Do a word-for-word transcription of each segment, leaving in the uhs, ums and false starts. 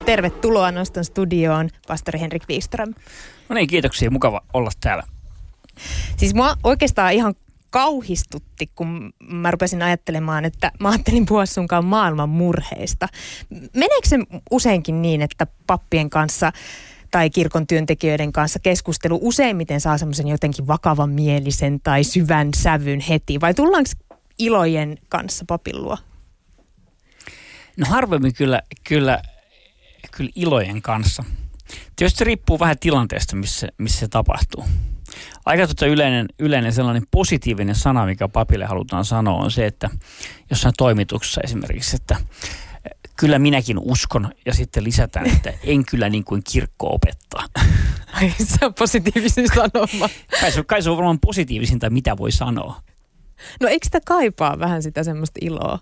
tervetuloa Noston studioon, pastori Henrik Wikström. No niin, kiitoksia. Mukava olla täällä. Siis mua oikeastaan ihan kauhistutti, kun mä rupesin ajattelemaan, että mä ajattelin puhua sunkaan maailman murheista. Meneekö se useinkin niin, että pappien kanssa tai kirkon työntekijöiden kanssa keskustelu useimmiten saa semmoisen jotenkin vakavan mielisen tai syvän sävyn heti? Vai tullaanko ilojen kanssa papin luo? No harvemmin kyllä, kyllä, kyllä ilojen kanssa. Tietysti se riippuu vähän tilanteesta, missä, missä se tapahtuu. Aika tuota yleinen, yleinen sellainen positiivinen sana, mikä papille halutaan sanoa, on se, että jossain toimituksessa esimerkiksi, että kyllä minäkin uskon, ja sitten lisätään, että en kyllä niin kuin kirkko opettaa. Ai, se on positiivisin sanoma. Kai se, kai se on varmaan positiivisinta, mitä voi sanoa. No eikö sitä kaipaa vähän sitä semmoista iloa?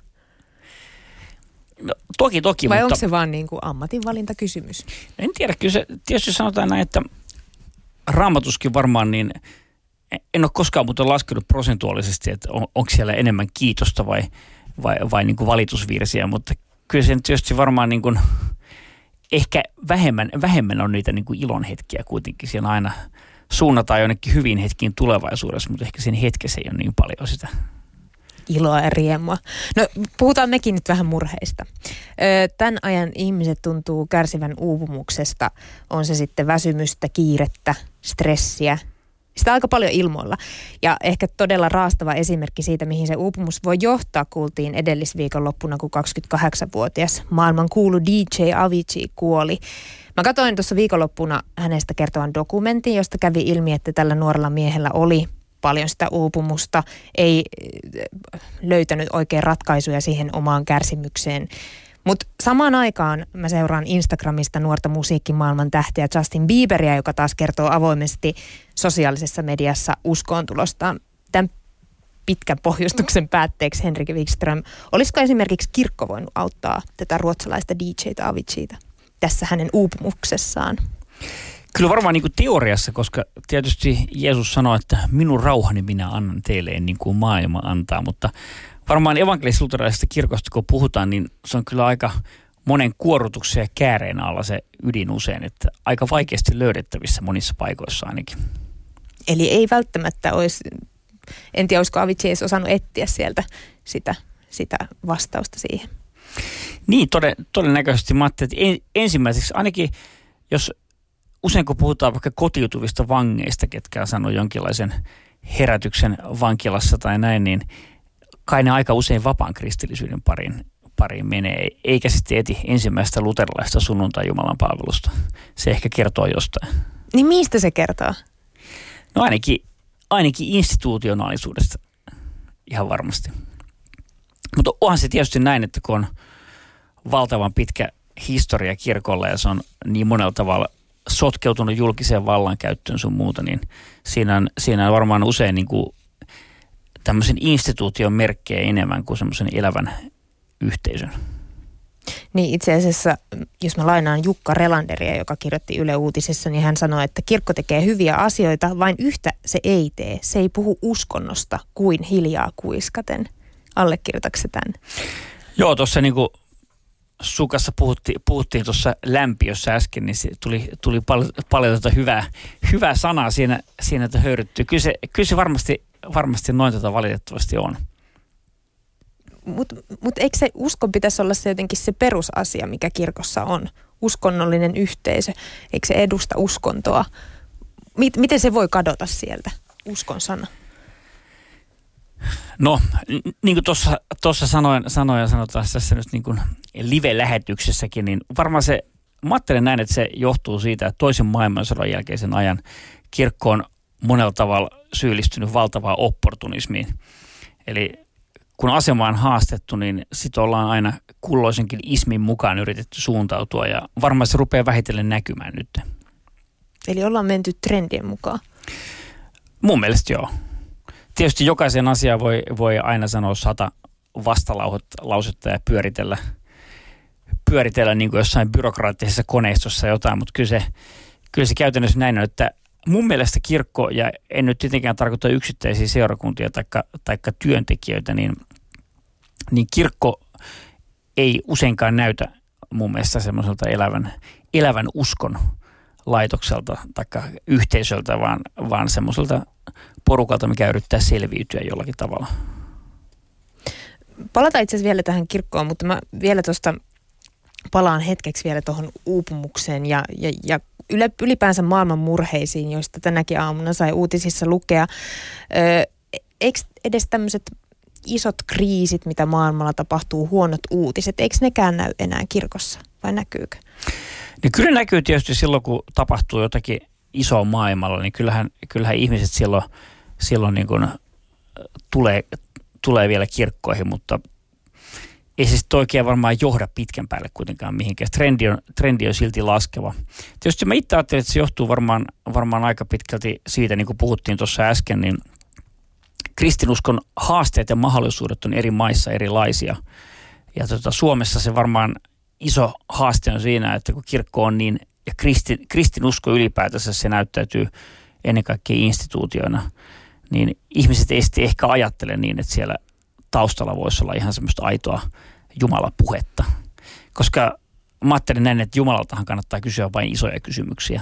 No, toki, toki. Vai mutta onko se vaan niin kuin ammatinvalintakysymys? En tiedä, kyllä se tietysti sanotaan näin, että Raamatuskin varmaan, niin en ole koskaan muuten laskenut prosentuaalisesti, että on, onko siellä enemmän kiitosta vai, vai, vai niin kuin valitusvirsiä, mutta kyllä se tietysti varmaan niin kuin, ehkä vähemmän, vähemmän on niitä niin kuin ilon hetkiä kuitenkin. Siellä aina suunnataan jonnekin hyviin hetkiin tulevaisuudessa, mutta ehkä siinä hetkessä ei ole niin paljon sitä iloa ja riemua. No puhutaan mekin nyt vähän murheista. Tämän ajan ihmiset tuntuu kärsivän uupumuksesta. On se sitten väsymystä, kiirettä, stressiä. Sitä aika paljon ilmoilla. Ja ehkä todella raastava esimerkki siitä, mihin se uupumus voi johtaa, kuultiin edellisviikonloppuna, kun kaksikymmentäkahdeksanvuotias maailman kuulu D J Avicii kuoli. Mä katsoin tuossa viikonloppuna hänestä kertovan dokumentin, josta kävi ilmi, että tällä nuorella miehellä oli paljon sitä uupumusta, ei löytänyt oikein ratkaisuja siihen omaan kärsimykseen. Mutta samaan aikaan mä seuraan Instagramista nuorta musiikkimaailman tähteä Justin Bieberia, joka taas kertoo avoimesti sosiaalisessa mediassa uskoontulostaan. Tämän pitkän pohjustuksen päätteeksi Henrik Wikström, olisiko esimerkiksi kirkko voinut auttaa tätä ruotsalaista D J:tä Aviciita tässä hänen uupumuksessaan? Kyllä varmaan niin kuin teoriassa, koska tietysti Jeesus sanoi, että minun rauhani minä annan teille, en niin kuin maailma antaa, mutta varmaan evankelis-luterilaisesta kirkosta, kun puhutaan, niin se on kyllä aika monen kuorutuksen ja kääreen alla se ydin usein, että aika vaikeasti löydettävissä monissa paikoissa ainakin. Eli ei välttämättä olisi, en tiedä olisiko Avicii edes osannut etsiä sieltä sitä, sitä vastausta siihen. Niin, toden, todennäköisesti mä ajattelin, että ensimmäiseksi ainakin, jos usein kun puhutaan vaikka kotiutuvista vangeista, ketkä on saanut jonkinlaisen herätyksen vankilassa tai näin, niin kai ne aika usein vapaan kristillisyyden pariin, pariin menee, eikä sitten eti ensimmäistä luterilaista sunnuntai-Jumalan palvelusta. Se ehkä kertoo jostain. Niin mistä se kertoo? No ainakin, ainakin institutionaalisuudesta ihan varmasti. Mutta onhan se tietysti näin, että kun on valtavan pitkä historia kirkolla ja se on niin monella tavalla sotkeutunut julkiseen vallankäyttöön sun muuta, niin siinä on, siinä on varmaan usein niin kuin tämmöisen instituution merkkejä enemmän kuin semmoisen elävän yhteisön. Niin itse asiassa, jos mä lainaan Jukka Relanderia, joka kirjoitti Yle Uutisissa, niin hän sanoi, että kirkko tekee hyviä asioita, vain yhtä se ei tee. Se ei puhu uskonnosta kuin hiljaa kuiskaten. Allekirjoitatko se tämän? Joo, tuossa niin kuin Sukassa puhuttiin, puhuttiin tuossa lämpiössä äsken, niin tuli, tuli pal- paljon tuota hyvää, hyvää sanaa siinä, siinä että höyryttyy. Kyllä se, kyllä se varmasti, varmasti noin tota valitettavasti on. Mutta mut eikö se uskon pitäisi olla se jotenkin se perusasia, mikä kirkossa on? Uskonnollinen yhteisö, eikö se edusta uskontoa? Mit, miten se voi kadota sieltä, uskon sana? No, niin kuin tuossa, tuossa sanoin, sanoin ja sanotaan tässä nyt niin kuin live-lähetyksessäkin, niin varmaan se, mä ajattelen näin, että se johtuu siitä, että toisen maailmansodan jälkeisen ajan kirkko on monella tavalla syyllistynyt valtavaan opportunismiin. Eli kun asema on haastettu, niin sit ollaan aina kulloisenkin ismin mukaan yritetty suuntautua ja varmaan se rupeaa vähitellen näkymään nyt. Eli ollaan menty trendien mukaan? Mun mielestä joo. Tietysti jokaisen asiaan voi, voi aina sanoa sata vastalausetta ja pyöritellä, pyöritellä niin kuin jossain byrokraattisessa koneistossa jotain, mutta kyllä se, kyllä se käytännössä näin on, että mun mielestä kirkko, ja en nyt tietenkään tarkoita yksittäisiä seurakuntia tai työntekijöitä, niin, niin kirkko ei useinkaan näytä mun mielestä semmoiselta elävän, elävän uskon laitokselta tai yhteisöltä, vaan, vaan semmoiselta porukalta, mikä yrittää selviytyä jollakin tavalla. Palataan itse asiassa vielä tähän kirkkoon, mutta mä vielä tuosta palaan hetkeksi vielä tuohon uupumukseen ja, ja, ja ylipäänsä maailman murheisiin, joista tänäkin aamuna sai uutisissa lukea. Ö, eikö edes tämmöiset isot kriisit, mitä maailmalla tapahtuu, huonot uutiset, eikö nekään näy enää kirkossa vai näkyykö? Niin kyllä näkyy tietysti silloin, kun tapahtuu jotakin isoa maailmalla, niin kyllähän, kyllähän ihmiset silloin, silloin niin kuin tulee, tulee vielä kirkkoihin, mutta ei se sitten oikein varmaan johda pitkän päälle kuitenkaan mihinkään. Trendi on, trendi on silti laskeva. Tietysti mä itse ajattelin, että se johtuu varmaan, varmaan aika pitkälti siitä, niin kuin puhuttiin tuossa äsken, niin kristinuskon haasteet ja mahdollisuudet on eri maissa erilaisia. Ja tota, Suomessa se varmaan iso haaste on siinä, että kun kirkko on niin, ja kristi, kristinusko ylipäätänsä se näyttäytyy ennen kaikkea instituutiona, niin ihmiset ei sitten ehkä ajattele niin, että siellä taustalla voisi olla ihan semmoista aitoa Jumalapuhetta. Koska mä ajattelin näin, että Jumalaltahan kannattaa kysyä vain isoja kysymyksiä.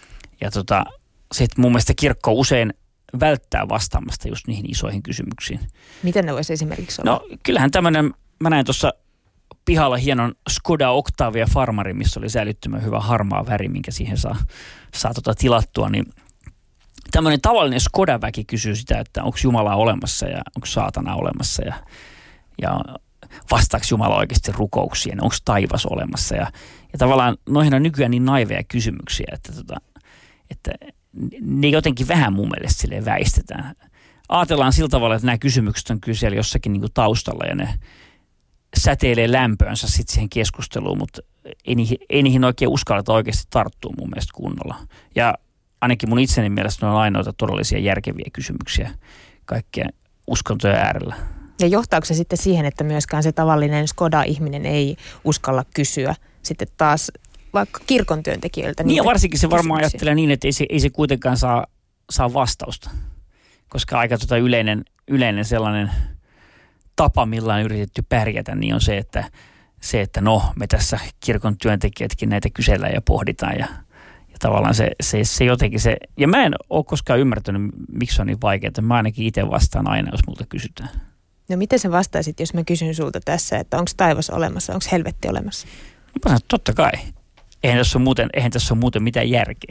Ja tota, sitten mun mielestä kirkko usein välttää vastaamasta just niihin isoihin kysymyksiin. Miten ne voisi esimerkiksi olla? No kyllähän tämmöinen, mä näin tuossa pihalla hienon Skoda Octavia Farmari, missä oli säilyttömän hyvä harmaa väri, minkä siihen saa, saa tota tilattua, niin tämmöinen tavallinen Skoda-väki kysyy sitä, että onko Jumala olemassa ja onko saatana olemassa ja, ja vastaako Jumala oikeasti rukouksien, onko taivas olemassa. Ja, ja tavallaan noihin on nykyään niin naiveja kysymyksiä, että, tota, että ne jotenkin vähän mun mielestä silleen väistetään. Ajatellaan sillä tavalla, että nämä kysymykset on kyllä siellä jossakin niin kuin taustalla ja ne säteilee lämpöönsä sitten siihen keskusteluun, mutta ei niihin, ei niihin oikein uskalleta oikeasti tarttua mun mielestä kunnolla. Ja ainakin mun itseni mielestä ne on ainoita todellisia järkeviä kysymyksiä kaikkien uskontojen äärellä. Ja johtaako se sitten siihen, että myöskään se tavallinen Skoda-ihminen ei uskalla kysyä sitten taas vaikka kirkon työntekijöiltä? Niin ja varsinkin se varmaan ajattelee niin, että ei se, ei se kuitenkaan saa, saa vastausta. Koska aika tota yleinen, yleinen sellainen tapa, millä on yritetty pärjätä, niin on se, että, se, että no me tässä kirkon työntekijätkin näitä kysellään ja pohditaan ja tavallaan se, se, se jotenkin se, ja mä en ole koskaan ymmärtänyt, miksi se on niin vaikeaa. Mä ainakin itse vastaan aina, jos multa kysytään. No miten sä vastaisit, jos mä kysyn sulta tässä, että onko taivas olemassa, onko helvetti olemassa? Mä sanon, totta kai. Eihän tässä ole muuten, eihän tässä ole muuten mitään järkeä.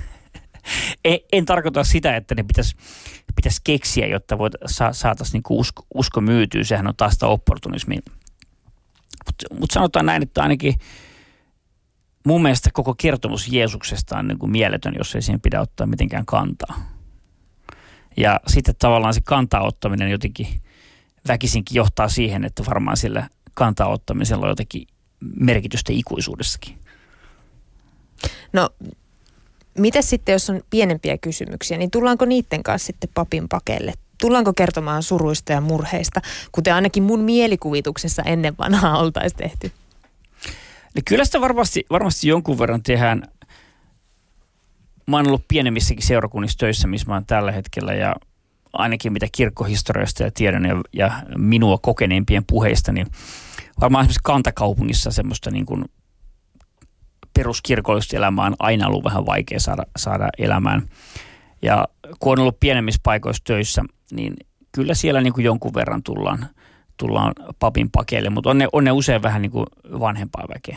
en, en tarkoita sitä, että ne pitäisi pitäis keksiä, jotta voit, sa, saataisiin niinku usko, usko myytyä. Sehän on taas sitä opportunismia. Mutta mut sanotaan näin, että ainakin mun mielestä koko kertomus Jeesuksesta on niin kuin mieletön, jos ei siihen pidä ottaa mitenkään kantaa. Ja sitten tavallaan se kantaa ottaminen jotenkin väkisinkin johtaa siihen, että varmaan sillä kantaa ottamisella on jotenkin merkitystä ikuisuudessakin. No, mitä sitten, jos on pienempiä kysymyksiä, niin tullaanko niiden kanssa sitten papin pakeille? Tullaanko kertomaan suruista ja murheista, kuten ainakin mun mielikuvituksessa ennen vanhaa oltaisiin tehty? Niin kyllä sitä varmasti, varmasti jonkun verran tehdään. Mä oon ollut pienemmissäkin seurakunnissa töissä, missä mä oon tällä hetkellä ja ainakin mitä kirkkohistoriasta ja tiedän ja, ja minua kokeneempien puheista, niin varmaan esimerkiksi kantakaupungissa semmoista niin kuin peruskirkollista elämää on aina ollut vähän vaikea saada, saada elämään. Ja kun on ollut pienemmissä paikoissa töissä, niin kyllä siellä niin kuin jonkun verran tullaan tullaan papin pakeille, mutta on ne, on ne usein vähän niin kuin vanhempaa väkeä.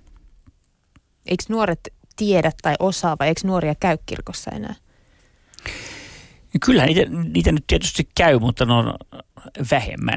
Eikö nuoret tiedä tai osaa, vai eikö nuoria käy kirkossa enää? Kyllä niitä, niitä nyt tietysti käy, mutta ne on vähemmän.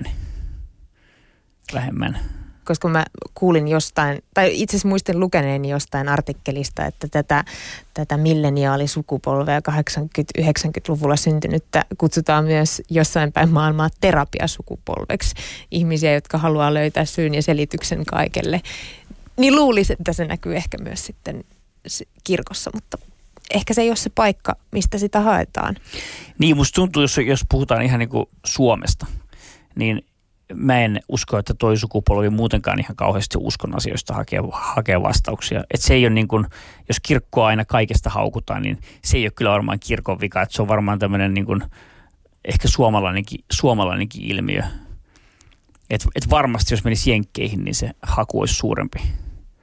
Vähemmän. Koska mä kuulin jostain, tai itse asiassa muistin lukeneeni jostain artikkelista, että tätä, tätä milleniaalisukupolvea kahdeksankymmentä-yhdeksänkymmentäluvulla syntynyttä kutsutaan myös jossain päin maailmaa terapiasukupolveksi. Ihmisiä, jotka haluaa löytää syyn ja selityksen kaikelle. Niin luulisin, että se näkyy ehkä myös sitten kirkossa, mutta ehkä se ei ole se paikka, mistä sitä haetaan. Niin, musta tuntuu, jos, jos puhutaan ihan niin kuin Suomesta, niin mä en usko, että toi sukupolvi muutenkaan ihan kauheasti uskon asioista hakee, hakee vastauksia. Että se ei ole niin kuin, jos kirkkoa aina kaikesta haukutaan, niin se ei ole kyllä varmaan kirkon vika. Että se on varmaan tämmöinen niin kuin, ehkä suomalainenkin, suomalainenkin ilmiö. Että et varmasti jos menisi jenkkeihin, niin se haku olisi suurempi.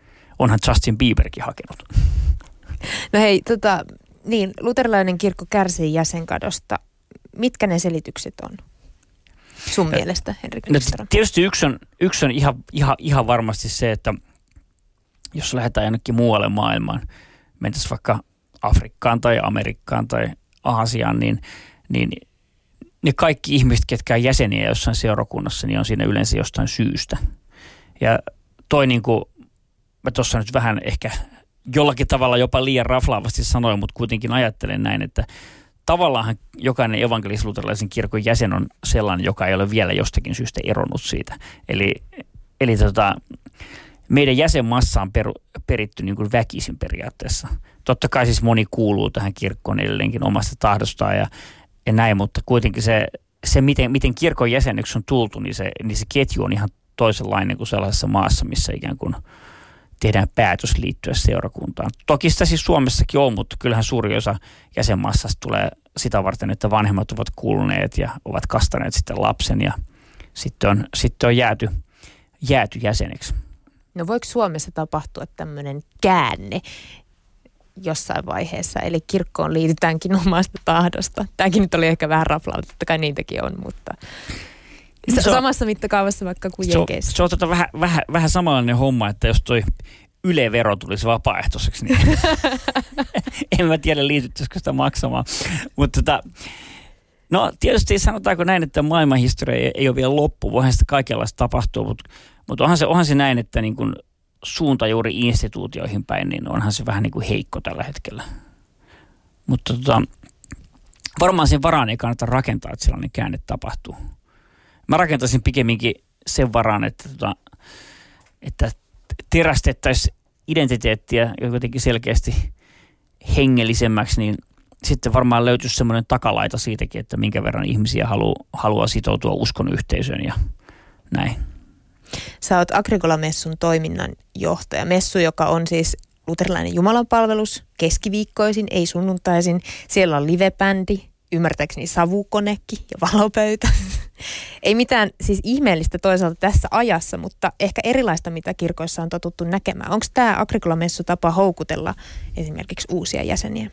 onhan Justin Bieberkin hakenut. No hei, tota, niin, luterilainen kirkko kärsii jäsenkadosta. Mitkä ne selitykset on sun ja, mielestä, Henrik Nyström? No, tietysti yksi on, yksi on ihan, ihan, ihan varmasti se, että jos lähdetään jonnekin muualle maailmaan, mentäisiin vaikka Afrikkaan tai Amerikkaan tai Aasiaan, niin, niin ne kaikki ihmiset, ketkä on jäseniä jossain seurakunnassa, niin on siinä yleensä jostain syystä. Ja toi niin kuin, mä tuossa nyt vähän ehkä jollakin tavalla jopa liian raflaavasti sanoin, mutta kuitenkin ajattelen näin, että tavallaan jokainen evankelis-luterilaisen kirkon jäsen on sellainen, joka ei ole vielä jostakin syystä eronnut siitä. Eli, eli tota, meidän jäsenmassa on per, peritty niin kuin väkisin periaatteessa. Totta kai siis moni kuuluu tähän kirkkoon edelleenkin omasta tahdostaan ja, ja näin, mutta kuitenkin se, se miten, miten kirkon jäseneksi on tultu, niin se, niin se ketju on ihan toisenlainen kuin sellaisessa maassa, missä ikään kuin tehdään päätös liittyä seurakuntaan. Toki sitä siis Suomessakin on, mutta kyllähän suuri osa jäsenmassasta tulee sitä varten, että vanhemmat ovat kuuluneet ja ovat kastaneet sitten lapsen ja sitten on, sitten on jääty, jääty jäseneksi. No voiko Suomessa tapahtua tämmöinen käänne jossain vaiheessa, eli kirkkoon liitytäänkin omasta tahdosta? Tämäkin nyt oli ehkä vähän raflautta, totta kai niitäkin on, mutta se, samassa mittakaavassa vaikka kuin Jenkeissä. Se on, se on tota vähän, vähän, vähän samanlainen homma, että jos toi Yle-vero tulisi vapaaehtoiseksi, niin en mä tiedä liityttäisikö sitä maksamaan. Mutta tota, no tietysti sanotaanko näin, että maailmanhistoria ei, ei ole vielä loppu, voihan sitä kaikenlaista tapahtua, mutta, mutta onhan, se, onhan se näin, että niin kuin suunta juuri instituutioihin päin, niin onhan se vähän niin kuin heikko tällä hetkellä. Mutta tota, varmaan sen varaan ei kannata rakentaa, että sellainen käänne tapahtuu. Mä rakentaisin pikemminkin sen varaan, että, tota, että terästettäisiin identiteettiä jotenkin selkeästi hengellisemmäksi, niin sitten varmaan löytyisi semmoinen takalaita siitäkin, että minkä verran ihmisiä haluaa, haluaa sitoutua uskon yhteisöön ja näin. Sä oot Agricola-messun toiminnanjohtaja. Messu, joka on siis luterilainen jumalanpalvelus, keskiviikkoisin, ei sunnuntaisin. Siellä on livebändi, ymmärtääkseni savukonekin ja valopöytä. Ei mitään siis ihmeellistä toisaalta tässä ajassa, mutta ehkä erilaista, mitä kirkoissa on totuttu näkemään. Onko tämä Agricola-messu tapa houkutella esimerkiksi uusia jäseniä?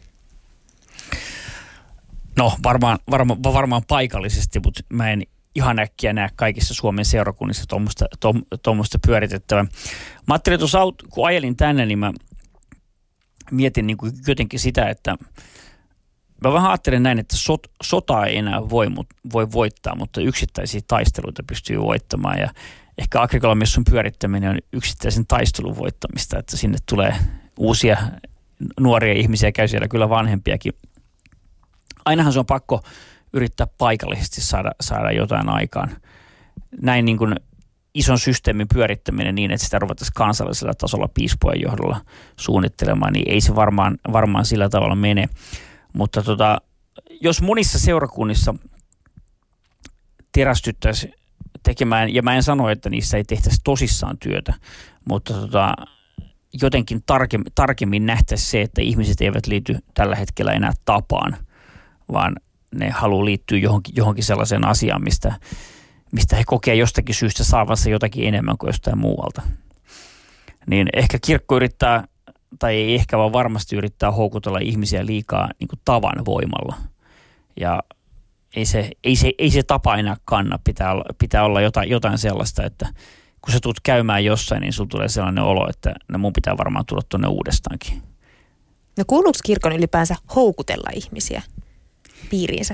No varmaan, varma, varmaan paikallisesti, mutta mä en ihan äkkiä näe kaikissa Suomen seurakunnissa tuommoista pyöritettävää. Mä ajattelin tuossa, kun ajelin tänne, niin mä mietin niin kuin jotenkin sitä, että mä vähän ajattelen näin, että sot, sotaa ei enää voi, mut, voi voittaa, mutta yksittäisiä taisteluita pystyy voittamaan. Ja ehkä Agricola-messun pyörittäminen on yksittäisen taistelun voittamista, että sinne tulee uusia nuoria ihmisiä, käy siellä kyllä vanhempiakin. Ainahan se on pakko yrittää paikallisesti saada, saada jotain aikaan. Näin niin kuin ison systeemin pyörittäminen niin, että sitä ruvettaisiin kansallisella tasolla piispojen johdolla suunnittelemaan, niin ei se varmaan, varmaan sillä tavalla mene. Mutta tota, jos monissa seurakunnissa terästyttäisiin tekemään, ja mä en sano, että niissä ei tehtäisi tosissaan työtä, mutta tota, jotenkin tarkemmin, tarkemmin nähtäisi se, että ihmiset eivät liity tällä hetkellä enää tapaan, vaan ne haluaa liittyä johonkin, johonkin sellaiseen asiaan, mistä, mistä he kokee jostakin syystä saavansa jotakin enemmän kuin jostain muualta. Niin ehkä kirkko yrittää, tai ei ehkä vaan varmasti yrittää houkutella ihmisiä liikaa niin kuin tavan voimalla. Ja ei se, ei se, ei se tapa enää kanna, pitää olla, pitää olla jotain, jotain sellaista, että kun sä tulet käymään jossain, niin sulla tulee sellainen olo, että no mun pitää varmaan tulla tuonne uudestaankin. No kuuluuko kirkon ylipäänsä houkutella ihmisiä piiriinsä?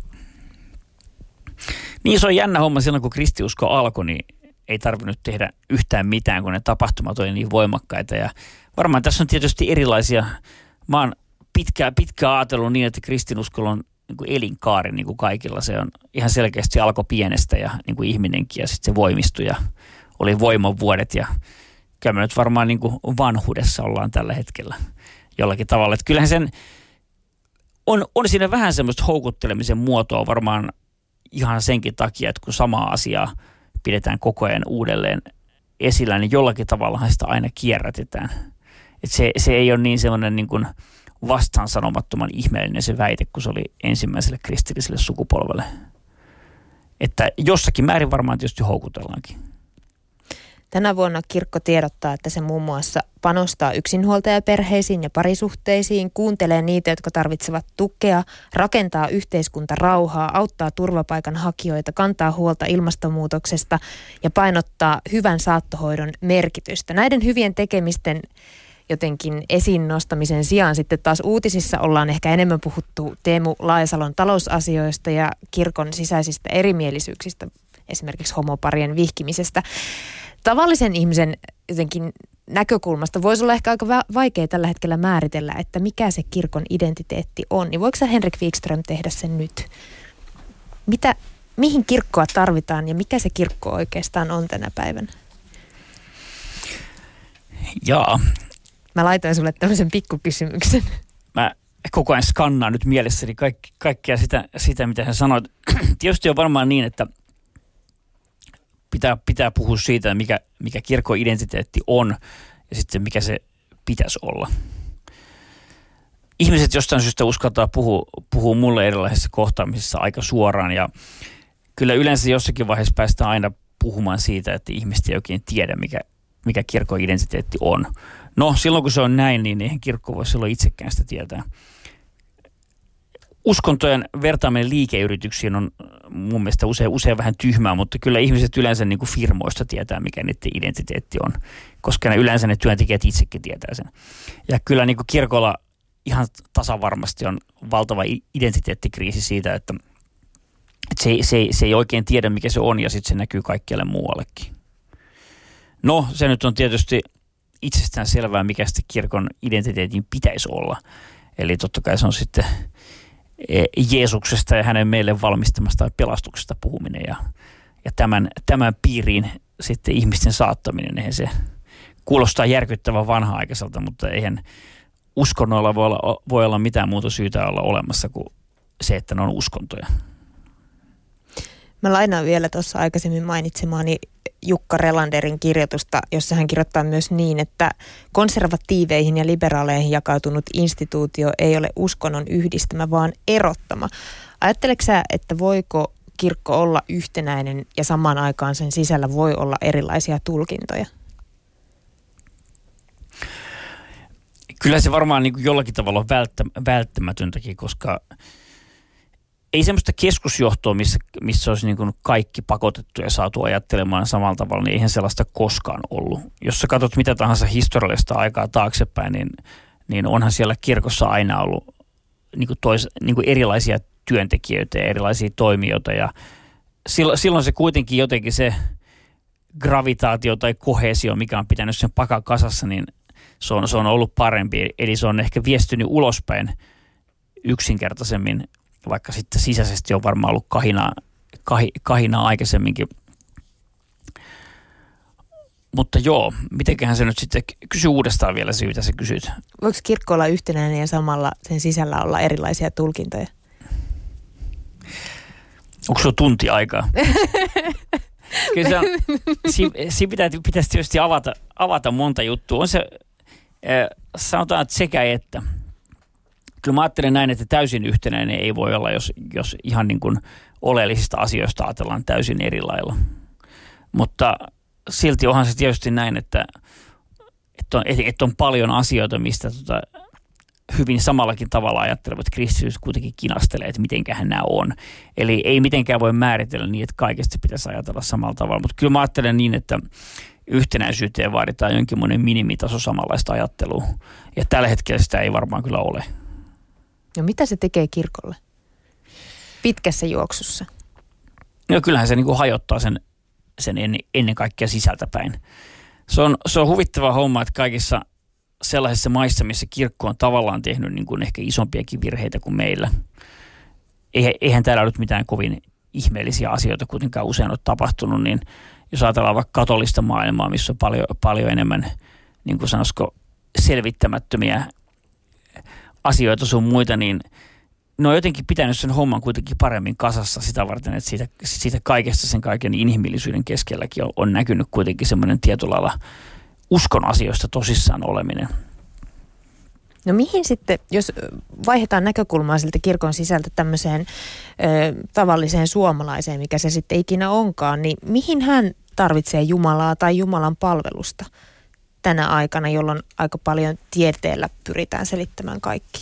Niin, se on jännä homma. Silloin kun kristiusko alkoi, niin ei tarvinnut tehdä yhtään mitään, kun ne tapahtumat oli niin voimakkaita. Ja varmaan tässä on tietysti erilaisia. Mä oon pitkään, pitkään ajatellut niin, että kristinuskolla on niin kuin elinkaari niin kuin kaikilla. Se on ihan selkeästi alkoi pienestä ja niin kuin ihminenkin ja sitten se voimistui ja oli voimavuodet. Ja kyllä me nyt varmaan niin kuin vanhuudessa ollaan tällä hetkellä jollakin tavalla. Että kyllähän sen On, on siinä vähän semmoista houkuttelemisen muotoa varmaan ihan senkin takia, että kun samaa asiaa pidetään koko ajan uudelleen esillä, niin jollakin tavallahan sitä aina kierrätetään. Et se, se ei ole niin semmoinen niin kuin vastaan sanomattoman ihmeellinen se väite, kun se oli ensimmäiselle kristilliselle sukupolvelle. Että jossakin määrin varmaan tietysti houkutellaankin. Tänä vuonna kirkko tiedottaa, että se muun muassa panostaa yksinhuoltajaperheisiin ja parisuhteisiin, kuuntelee niitä, jotka tarvitsevat tukea, rakentaa yhteiskuntarauhaa, auttaa turvapaikanhakijoita, kantaa huolta ilmastonmuutoksesta ja painottaa hyvän saattohoidon merkitystä. Näiden hyvien tekemisten jotenkin esiin nostamisen sijaan sitten taas uutisissa ollaan ehkä enemmän puhuttu Teemu Laajasalon talousasioista ja kirkon sisäisistä erimielisyyksistä, esimerkiksi homoparien vihkimisestä. Tavallisen ihmisen jotenkin näkökulmasta voisi olla ehkä aika vaikea tällä hetkellä määritellä, että mikä se kirkon identiteetti on. Niin voiko sä, Henrik Wikström, tehdä sen nyt? Mitä, mihin kirkkoa tarvitaan ja mikä se kirkko oikeastaan on tänä päivänä? Jaa. Mä laitoin sulle tämmöisen pikkukysymyksen. Mä koko ajan skannaan nyt mielessäni kaikki, kaikkea sitä, sitä, mitä hän sanoit. Tietysti on varmaan niin, että pitää, pitää puhua siitä, mikä, mikä kirkon identiteetti on ja sitten mikä se pitäisi olla. Ihmiset jostain syystä uskaltaa puhua, puhua mulle erilaisissa kohtaamisissa aika suoraan ja kyllä yleensä jossakin vaiheessa päästään aina puhumaan siitä, että ihmiset ei oikein tiedä, mikä, mikä kirkon identiteetti on. No, silloin kun se on näin, niin eihän kirkko voi silloin itsekään sitä tietää. Uskontojen vertaaminen liikeyrityksiin on mun mielestä usein, usein vähän tyhmää, mutta kyllä ihmiset yleensä niin kuin firmoista tietää, mikä niiden identiteetti on, koska ne yleensä ne työntekijät itsekin tietää sen. Ja kyllä niin kuin kirkolla ihan tasavarmasti on valtava identiteettikriisi siitä, että, että se, se, se ei oikein tiedä, mikä se on, ja sitten se näkyy kaikkialle muuallekin. No, se nyt on tietysti itsestään selvää, mikä sitten kirkon identiteetin pitäisi olla. Eli totta kai se on sitten Jeesuksesta ja hänen meille valmistamasta pelastuksesta puhuminen ja, ja tämän, tämän piiriin sitten ihmisten saattaminen. Eihän se kuulostaa järkyttävän vanha-aikaiselta, mutta eihän uskonnoilla voi olla, voi olla mitään muuta syytä olla olemassa kuin se, että ne on uskontoja. Mä lainaan vielä tuossa aikaisemmin mainitsemaani Jukka Relanderin kirjoitusta, jossa hän kirjoittaa myös niin, että konservatiiveihin ja liberaaleihin jakautunut instituutio ei ole uskonnon yhdistämä, vaan erottama. Ajatteleksä sä, että voiko kirkko olla yhtenäinen ja samaan aikaan sen sisällä voi olla erilaisia tulkintoja? Kyllä se varmaan niin kuin jollakin tavalla on välttämätöntäkin, koska ei semmoista keskusjohtoa, missä, missä olisi niin kuin kaikki pakotettu ja saatu ajattelemaan samalla tavalla, niin eihän sellaista koskaan ollut. Jos sä katsot mitä tahansa historiallista aikaa taaksepäin, niin, niin onhan siellä kirkossa aina ollut niin kuin tois, niin kuin erilaisia työntekijöitä ja erilaisia toimijoita. Ja silloin, silloin se kuitenkin jotenkin se gravitaatio tai kohesio, mikä on pitänyt sen pakan kasassa, niin se on, se on ollut parempi. Eli se on ehkä viestynyt ulospäin yksinkertaisemmin, vaikka sitten sisäisesti on varmaan ollut kahinaa, kah, kahinaa aikaisemminkin. Mutta joo, mitenköhän se nyt sitten, kysy uudestaan vielä se, mitä sä kysyt. Voiko kirkko olla yhtenäinen ja samalla sen sisällä olla erilaisia tulkintoja? Onko sulla tunti aikaa? Kyllä se on, siinä pitää, pitäisi tietysti avata, avata monta juttua. On se, sanotaan, että sekä että. Kyllä mä ajattelen näin, että täysin yhtenäinen ei voi olla, jos, jos ihan niin kuin oleellisista asioista ajatellaan täysin eri lailla. Mutta silti onhan se tietysti näin, että, että, on, että on paljon asioita, mistä tota, hyvin samallakin tavalla ajattelevat kristillisyys kuitenkin kinastelee, että mitenkähän nämä on. Eli ei mitenkään voi määritellä niin, että kaikesta pitäisi ajatella samalla tavalla. Mutta kyllä mä ajattelen niin, että yhtenäisyyteen vaaditaan jonkinlainen minimitaso samanlaista ajattelua. Ja tällä hetkellä sitä ei varmaan kyllä ole. No mitä se tekee kirkolle pitkässä juoksussa? No kyllähän se niin kuin hajottaa sen, sen ennen, ennen kaikkea sisältäpäin. Se on, se on huvittava homma, että kaikissa sellaisissa maissa, missä kirkko on tavallaan tehnyt niin kuin ehkä isompiakin virheitä kuin meillä. Eihän täällä nyt mitään kovin ihmeellisiä asioita kuitenkaan usein ole tapahtunut, niin jos ajatellaan vaikka katolista maailmaa, missä on paljon, paljon enemmän, niin kuin sanoisiko, selvittämättömiä asioita sun muita, niin ne on jotenkin pitänyt sen homman kuitenkin paremmin kasassa sitä varten, että siitä, siitä kaikesta sen kaiken inhimillisyyden keskelläkin on, on näkynyt kuitenkin semmoinen tietyllä lailla uskon asioista tosissaan oleminen. No mihin sitten, jos vaihdetaan näkökulmaa siltä kirkon sisältä tämmöiseen ö, tavalliseen suomalaiseen, mikä se sitten ikinä onkaan, niin mihin hän tarvitsee Jumalaa tai Jumalan palvelusta tänä aikana, jolloin aika paljon tieteellä pyritään selittämään kaikki?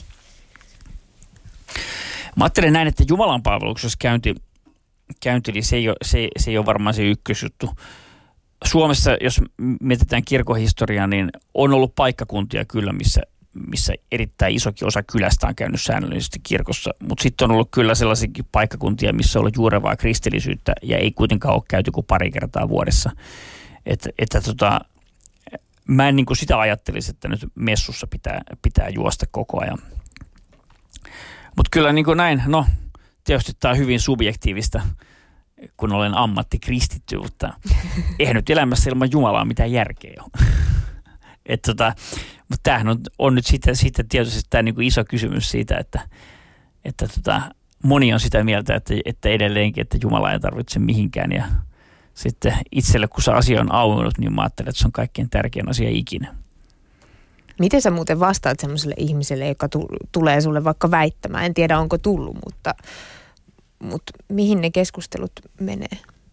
Mä ajattelen näin, että Jumalan palveluksessa käynti, käynti niin se, ei ole, se, se ei ole varmaan se ykkösjuttu. Suomessa, jos mietitään kirkkohistoriaa, niin on ollut paikkakuntia kyllä, missä, missä erittäin isokin osa kylästä on käynyt säännöllisesti kirkossa. Mutta sitten on ollut kyllä sellaisiakin paikkakuntia, missä on ollut juurevaa kristillisyyttä ja ei kuitenkaan ole käyty kuin pari kertaa vuodessa. Et, että tota, mä en niin kuin sitä ajattelisi, että nyt messussa pitää, pitää juosta koko ajan. Mutta kyllä niin kuin näin, no tietysti tämä on hyvin subjektiivista, kun olen ammattikristitty, mutta eihän nyt elämässä ilman Jumalaa mitään järkeä ole. Et tota, mutta tämähän on, on nyt sitten, sitten tietysti tämä niin kuin iso kysymys siitä, että, että tota, moni on sitä mieltä, että, että edelleenkin, että Jumala ei tarvitse mihinkään. Ja sitten itselle, kun se asia on auennut, niin mä ajattelen, että se on kaikkein tärkein asia ikinä. Miten sä muuten vastaat semmoiselle ihmiselle, joka tu- tulee sulle vaikka väittämään? En tiedä, onko tullut, mutta, mutta mihin ne keskustelut menee?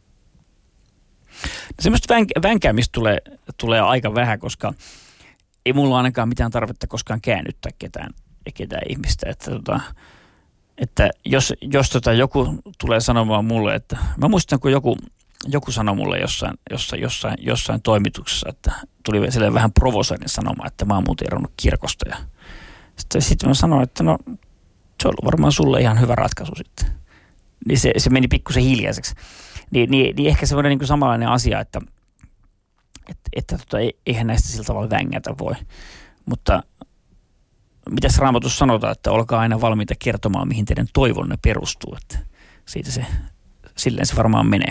No semmoista vänk- vänkäämistä tulee, tulee aika vähän, koska ei mulla ainakaan mitään tarvetta koskaan käännyttää ketään, ketään ihmistä. Että, tota, että jos, jos tota joku tulee sanomaan mulle, että mä muistan, kun joku, joku sanoi mulle jossain, jossain, jossain, jossain toimituksessa, että tuli sille vähän provosoinen sanomaan, että mä oon muuten eronnut kirkosta. Ja sitten, sitten mä sanoin, että no se on varmaan sulle ihan hyvä ratkaisu sitten. Niin se, se meni pikkusen hiljaiseksi. Niin, niin, niin ehkä semmoinen niin kuin samanlainen asia, että, että, että tota, eihän näistä sillä tavalla vängätä voi. Mutta mitäs Raamatussa sanotaan, että olkaa aina valmiita kertomaan, mihin teidän toivonne perustuu. Että siitä se, silleen se varmaan menee.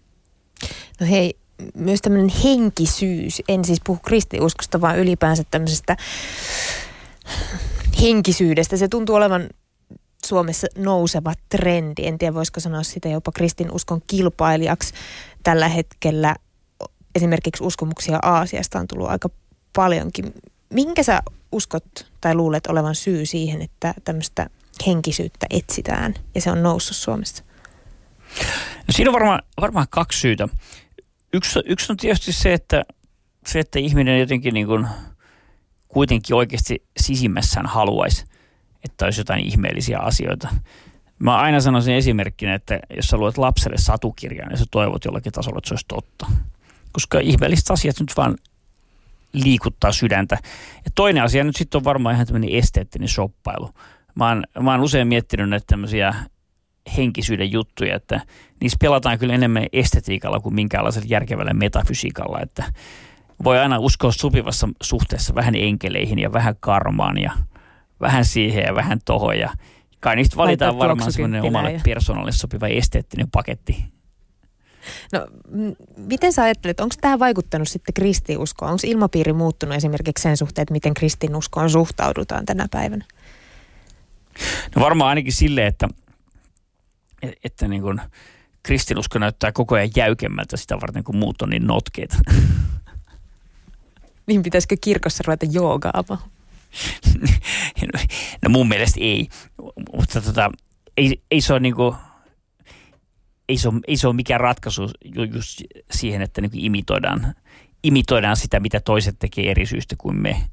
No hei, myös tämmöinen henkisyys, en siis puhu kristiuskosta, vaan ylipäänsä tämmöisestä henkisyydestä. Se tuntuu olevan Suomessa nouseva trendi. En tiedä, voisiko sanoa sitä jopa kristinuskon kilpailijaksi tällä hetkellä. Esimerkiksi uskomuksia Aasiasta on tullut aika paljonkin. Minkä sä uskot tai luulet olevan syy siihen, että tämmöistä henkisyyttä etsitään ja se on noussut Suomessa? No siinä on varmaan, varmaan kaksi syytä. Yksi, yksi on tietysti se, että, se, että ihminen jotenkin niin kuin kuitenkin oikeasti sisimmässään haluaisi, että olisi jotain ihmeellisiä asioita. Mä aina sanon sen esimerkkinä, että jos sä luet lapselle satukirjaa, niin sä toivot jollakin tasolla, että se olisi totta. Koska ihmeelliset asiat nyt vaan liikuttaa sydäntä. Ja toinen asia nyt sitten on varmaan ihan tämmöinen esteettinen shoppailu. Mä oon, mä oon usein miettinyt näitä tämmöisiä henkisyyden juttuja, että niissä pelataan kyllä enemmän estetiikalla kuin minkäänlaisella järkevällä metafysiikalla, että voi aina uskoa sopivassa suhteessa vähän enkeleihin ja vähän karmaan ja vähän siihen ja vähän tohon ja kai niistä valitaan varmaan semmoinen omalle persoonallisesti sopiva esteettinen paketti. No m- miten sä ajattelet, onko tämä vaikuttanut sitten kristinuskoon? Onko ilmapiiri muuttunut esimerkiksi sen suhteen, että miten kristinuskoon suhtaudutaan tänä päivänä? No varmaan ainakin silleen, että että niin kuin kristinusko näyttää koko ajan jäykemmältä sitä varten, kun muut on niin notkeita. Niin pitäisikö kirkossa ruveta joogaamaan? No mun mielestä ei, mutta tota, ei, ei se ole niin kuin, ei se ole, ei se ole mikään ratkaisu just siihen, että niin kuin imitoidaan, imitoidaan sitä, mitä toiset tekee eri syystä kuin me.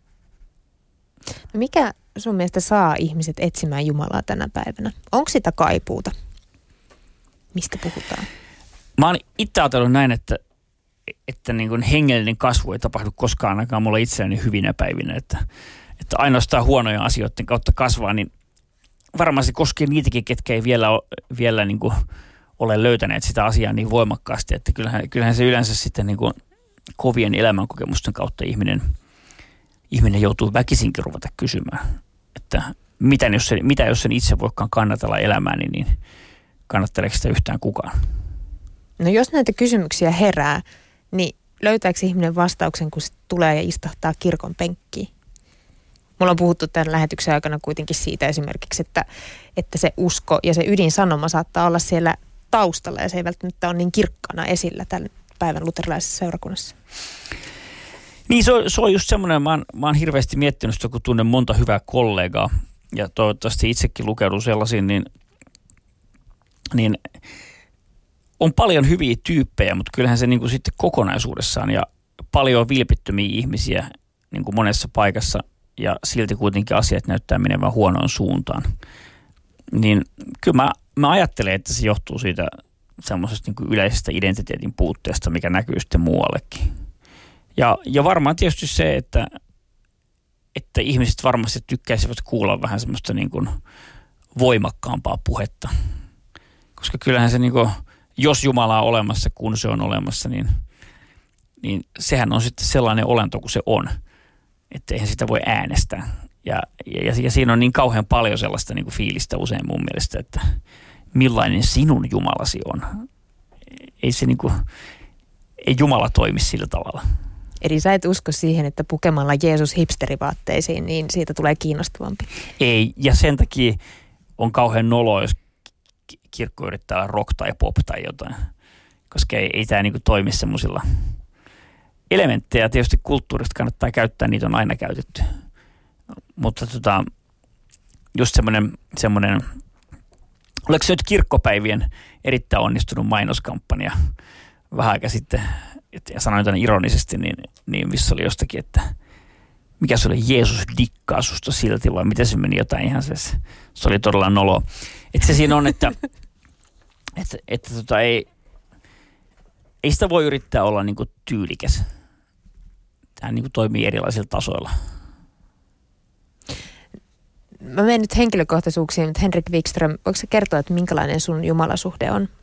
No mikä sun mielestä saa ihmiset etsimään Jumalaa tänä päivänä? Onko sitä kaipuuta? Mistä puhutaan? Mä oon itse ajatellut näin, että, että niin kuin hengellinen kasvu ei tapahdu koskaan ainakaan mulla itselläni hyvinä päivinä, että, että ainoastaan huonoja asioiden kautta kasvaa, niin varmaan se koskee niitäkin, ketkä ei vielä, vielä niin kuin ole löytäneet sitä asiaa niin voimakkaasti, että kyllähän, kyllähän se yleensä sitten niin kuin kovien elämänkokemusten kautta ihminen, ihminen joutuu väkisinkin ruveta kysymään, että mitä jos, sen, mitä jos sen itse voikaan kannatella elämääni, niin kannatteleeko sitä yhtään kukaan? No jos näitä kysymyksiä herää, niin löytääkö ihminen vastauksen, kun se tulee ja istahtaa kirkon penkkiin? Mulla on puhuttu tämän lähetyksen aikana kuitenkin siitä esimerkiksi, että, että se usko ja se ydinsanoma saattaa olla siellä taustalla ja se ei välttämättä ole niin kirkkana esillä tämän päivän luterilaisessa seurakunnassa. Niin se on, se on just semmoinen, mä oon, mä oon hirveästi miettinyt sitä, kun tunnen monta hyvää kollegaa ja toivottavasti itsekin lukeudun sellaisiin, niin, niin on paljon hyviä tyyppejä, mutta kyllähän se niin kuin sitten kokonaisuudessaan ja paljon vilpittömiä ihmisiä niin kuin monessa paikassa ja silti kuitenkin asiat näyttää menevän huonoon suuntaan. Niin kyllä mä, mä ajattelen, että se johtuu siitä semmoisesta niin kuin yleisestä identiteetin puutteesta, mikä näkyy sitten muuallekin. Ja, ja varmaan tietysti se, että, että ihmiset varmasti tykkäisivät kuulla vähän semmoista niin kuin voimakkaampaa puhetta. Koska kyllähän se, niin kuin, jos Jumala on olemassa, kun se on olemassa, niin, niin sehän on sitten sellainen olento kuin se on. Että eihän sitä voi äänestää. Ja, ja, ja siinä on niin kauhean paljon sellaista niin kuin fiilistä usein mun mielestä, että millainen sinun Jumalasi on. Ei se niin kuin, ei Jumala toimi sillä tavalla. Eli sä et usko siihen, että pukemalla Jeesus hipsterivaatteisiin, niin siitä tulee kiinnostavampi. Ei, ja sen takia on kauhean noloa, jos kirkko yrittää olla rock tai pop tai jotain. Koska ei, ei tämä niin kuin toimi semmoisilla elementtejä. Tietysti kulttuurista kannattaa käyttää, niitä on aina käytetty. Mutta tota, just semmoinen, semmoinen, oliko se nyt kirkkopäivien erittäin onnistunut mainoskampanja vähän aika sitten, ja sanoin tämän ironisesti, niin, niin missä oli jostakin, että mikä se oli, Jeesus dikkaa susta silti, vai miten se meni jotain ihan se, se oli todella nolo. Että se siinä on, että, että, että tota ei, ei sitä voi yrittää olla niin kuin tyylikäs. Tämä niin kuin toimii erilaisilla tasoilla. Mä menen nyt henkilökohtaisuuksiin, mutta Henrik Wikström, voiko sä kertoa, että minkälainen sun jumalasuhde on?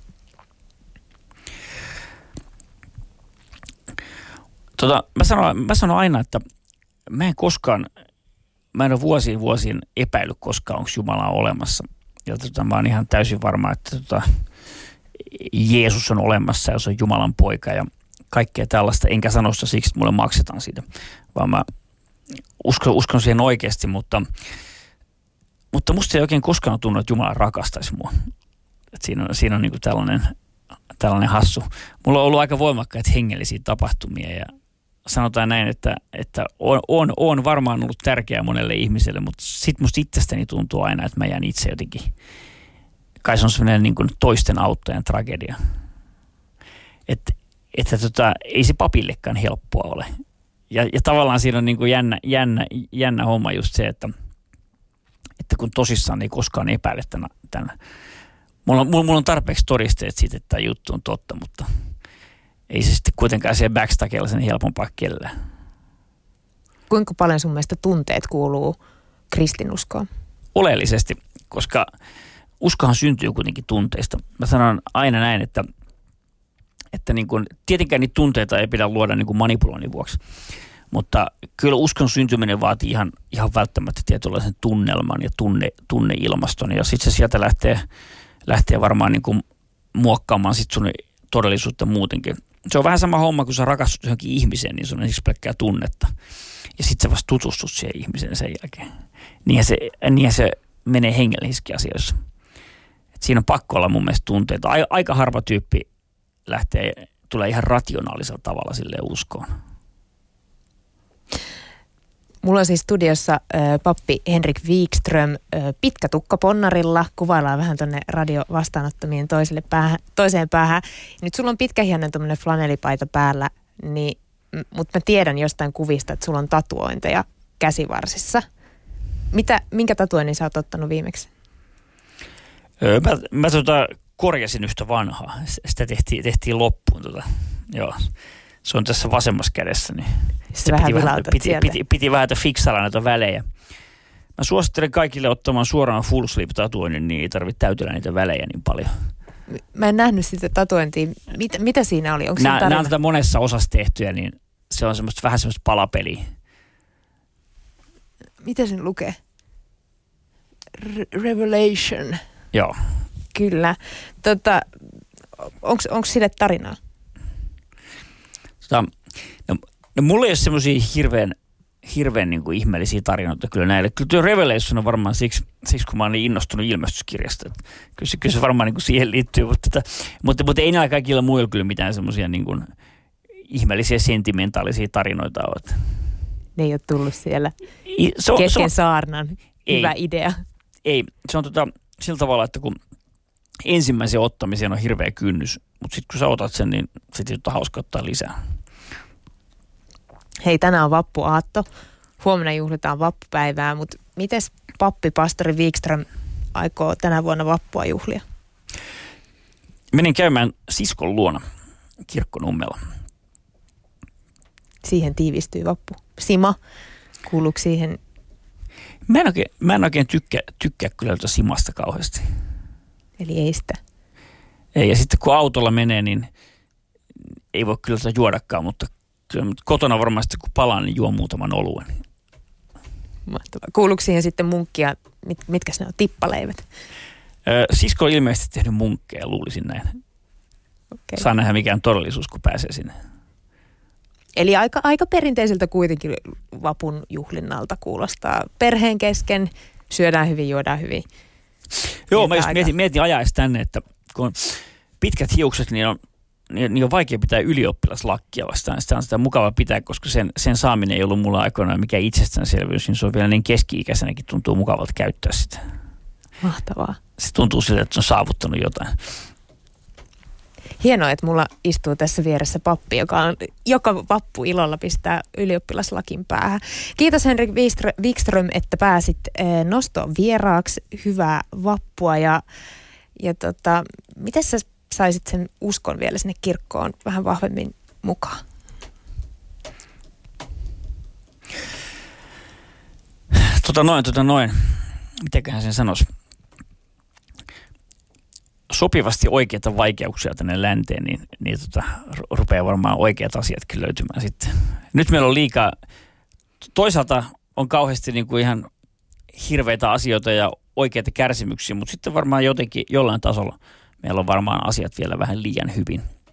Tota, mä, sanon, mä sanon aina, että mä en koskaan, mä en ole vuosiin vuosiin epäillyt koskaan, onko Jumala olemassa. Ja tota, mä oon ihan täysin varma, että tota, Jeesus on olemassa ja se on Jumalan poika ja kaikkea tällaista. Enkä sano sitä siksi, että mulle maksetaan siitä, vaan mä uskon, uskon siihen oikeasti, mutta, mutta musta ei oikein koskaan tunnu, että Jumala rakastaisi mua. Et siinä on, siinä on niinku tällainen, tällainen hassu. Mulla on ollut aika voimakkaita hengellisiä tapahtumia ja sanotaan näin, että, että on, on, on varmaan ollut tärkeää monelle ihmiselle, mutta sit musta itsestäni tuntuu aina, että mä jään itse jotenkin, kai se on sellainen niin kuin toisten auttajan tragedia. Et, että tota, ei se papillekaan helppoa ole. Ja, ja tavallaan siinä on niin kuin jännä, jännä, jännä homma just se, että, että kun tosissaan ei koskaan epäile tämän. tämän. Mulla, on, mulla on tarpeeksi todisteet siitä, että tämä juttu on totta, mutta ei se sitten kuitenkaan siihen backstagella sen helpompaa kellään. Kuinka paljon sun mielestä tunteet kuuluu kristinuskoon? Oleellisesti, koska uskohan syntyy kuitenkin tunteista. Mä sanon aina näin, että, että niin kuin, tietenkään niitä tunteita ei pidä luoda niin kuin manipuloinnin vuoksi. Mutta kyllä uskon syntyminen vaatii ihan, ihan välttämättä tietynlaisen tunnelman ja tunne, tunneilmaston. Ja sitten se sieltä lähtee, lähtee varmaan niin kuin muokkaamaan sit sun todellisuutta muutenkin. Se on vähän sama homma, kun sä rakastut johonkin ihmiseen, niin sun on siis pelkkää tunnetta. Ja sitten sä vasta tutustut siihen ihmiseen sen jälkeen. Niinhän se, niinhän se menee hengellisissäkin asioissa. Et siinä on pakko olla mun mielestä tunteita. Aika harva tyyppi lähtee, tulee ihan rationaalisella tavalla silleen uskoon. Mulla on siis studiossa äh, pappi Henrik Wikström äh, pitkä tukka ponnarilla. Kuvaillaan vähän tuonne radiovastaanottomien toiselle päähän, toiseen päähän. Nyt sulla on pitkähihainen tuommoinen flanelipaita päällä, niin, mutta mä tiedän jostain kuvista, että sulla on tatuointeja käsivarsissa. Mitä, minkä tatuoinnin sä oot ottanut viimeksi? Öö, mä mä tota, korjasin yhtä vanhaa. Sitä tehtiin, tehtiin loppuun. Tota. Joo. Se on tässä vasemmassa kädessä, niin se vähän piti, vähän, piti, piti, piti vähän fiksailla näitä välejä. Mä suosittelen kaikille ottamaan suoraan full sleeve tatuoinnin, niin ei tarvitse täytellä niitä välejä niin paljon. Mä en nähnyt sitä tatuointia. Mitä, mitä siinä oli? Onko Nämä, nämä on tätä monessa osassa tehtyä, niin se on semmoista, vähän semmoista palapeliä. Mitä sen lukee? Re- Revelation. Joo. Kyllä. Tota, onko sille tarinaa? No, no mulla ei ole semmoisia hirveän, hirveän niin kuin ihmeellisiä tarinoita kyllä näille. Kyllä tuo Revelation on varmaan siksi, siksi kun mä oon niin innostunut ilmestyskirjasta. Että kyllä, se, kyllä se varmaan niin kuin siihen liittyy, mutta, tota, mutta, mutta ei näillä kaikilla muilla kyllä mitään semmoisia niin kuin ihmeellisiä sentimentaalisia tarinoita ole. Ne ei ole tullut siellä I, se on, kesken se on, saarnan. Hyvä ei, idea. Ei, se on tota, sillä tavalla, että kun ensimmäisen ottamiseen on hirveä kynnys, mutta sitten kun sä otat sen, niin sitten on hauska ottaa lisää. Hei, tänään on vappuaatto. Huomenna juhlitaan vappupäivää, mutta mites pappi, pastori Wikström aikoo tänä vuonna vappua juhlia? Menin käymään siskon luona Kirkkonummella. Siihen tiivistyy vappu. Sima, kuuluuko siihen? Mä en oikein, mä en oikein tykkää, tykkää kyllä Simasta kauheasti. Eli ei sitä. Ei, ja sitten kun autolla menee, niin ei voi kyllä sitä juodakaan, mutta kyllä kotona varmasti kun palaan, niin juon muutaman oluen. Mahtavaa. Kuuluuko siihen sitten munkkia, mit, mitkä ne on, tippaleivet? Öö, sisko on ilmeisesti tehnyt munkkeja, luulisin näin. Okay. Saa nähdä mikään todellisuus, kun pääsee sinne. Eli aika, aika perinteiseltä kuitenkin vapun juhlinnalta kuulostaa. Perheen kesken syödään hyvin, juodaan hyvin. Joo, mä just aika... mietin, mietin ajaisi tänne, että kun on pitkät hiukset, niin on, niin, niin on vaikea pitää ylioppilaslakkia vastaan. Sitä on sitä mukava pitää, koska sen, sen saaminen ei ollut mulla aikoinaan mikään itsestäänselvyys, niin se on vielä niin keski-ikäisenäkin tuntuu mukavalta käyttää sitä. Mahtavaa. Se tuntuu siltä, että se on saavuttanut jotain. Hienoa, että mulla istuu tässä vieressä pappi, joka on joka vappu ilolla pistää ylioppilaslakin päähän. Kiitos Henrik Wikström, että pääsit nostoon vieraaksi. Hyvää vappua ja, ja tota, miten sä saisit sen uskon vielä sinne kirkkoon vähän vahvemmin mukaan? Tota noin, tota noin. Mitäköhän sen sanoisi? Sopivasti oikeita vaikeuksia tänne länteen, niin, niin tota, rupeaa varmaan oikeat asiatkin löytymään sitten. Nyt meillä on liikaa, toisaalta on kauheasti niin kuin ihan hirveitä asioita ja oikeita kärsimyksiä, mutta sitten varmaan jotenkin jollain tasolla meillä on varmaan asiat vielä vähän liian hyvin.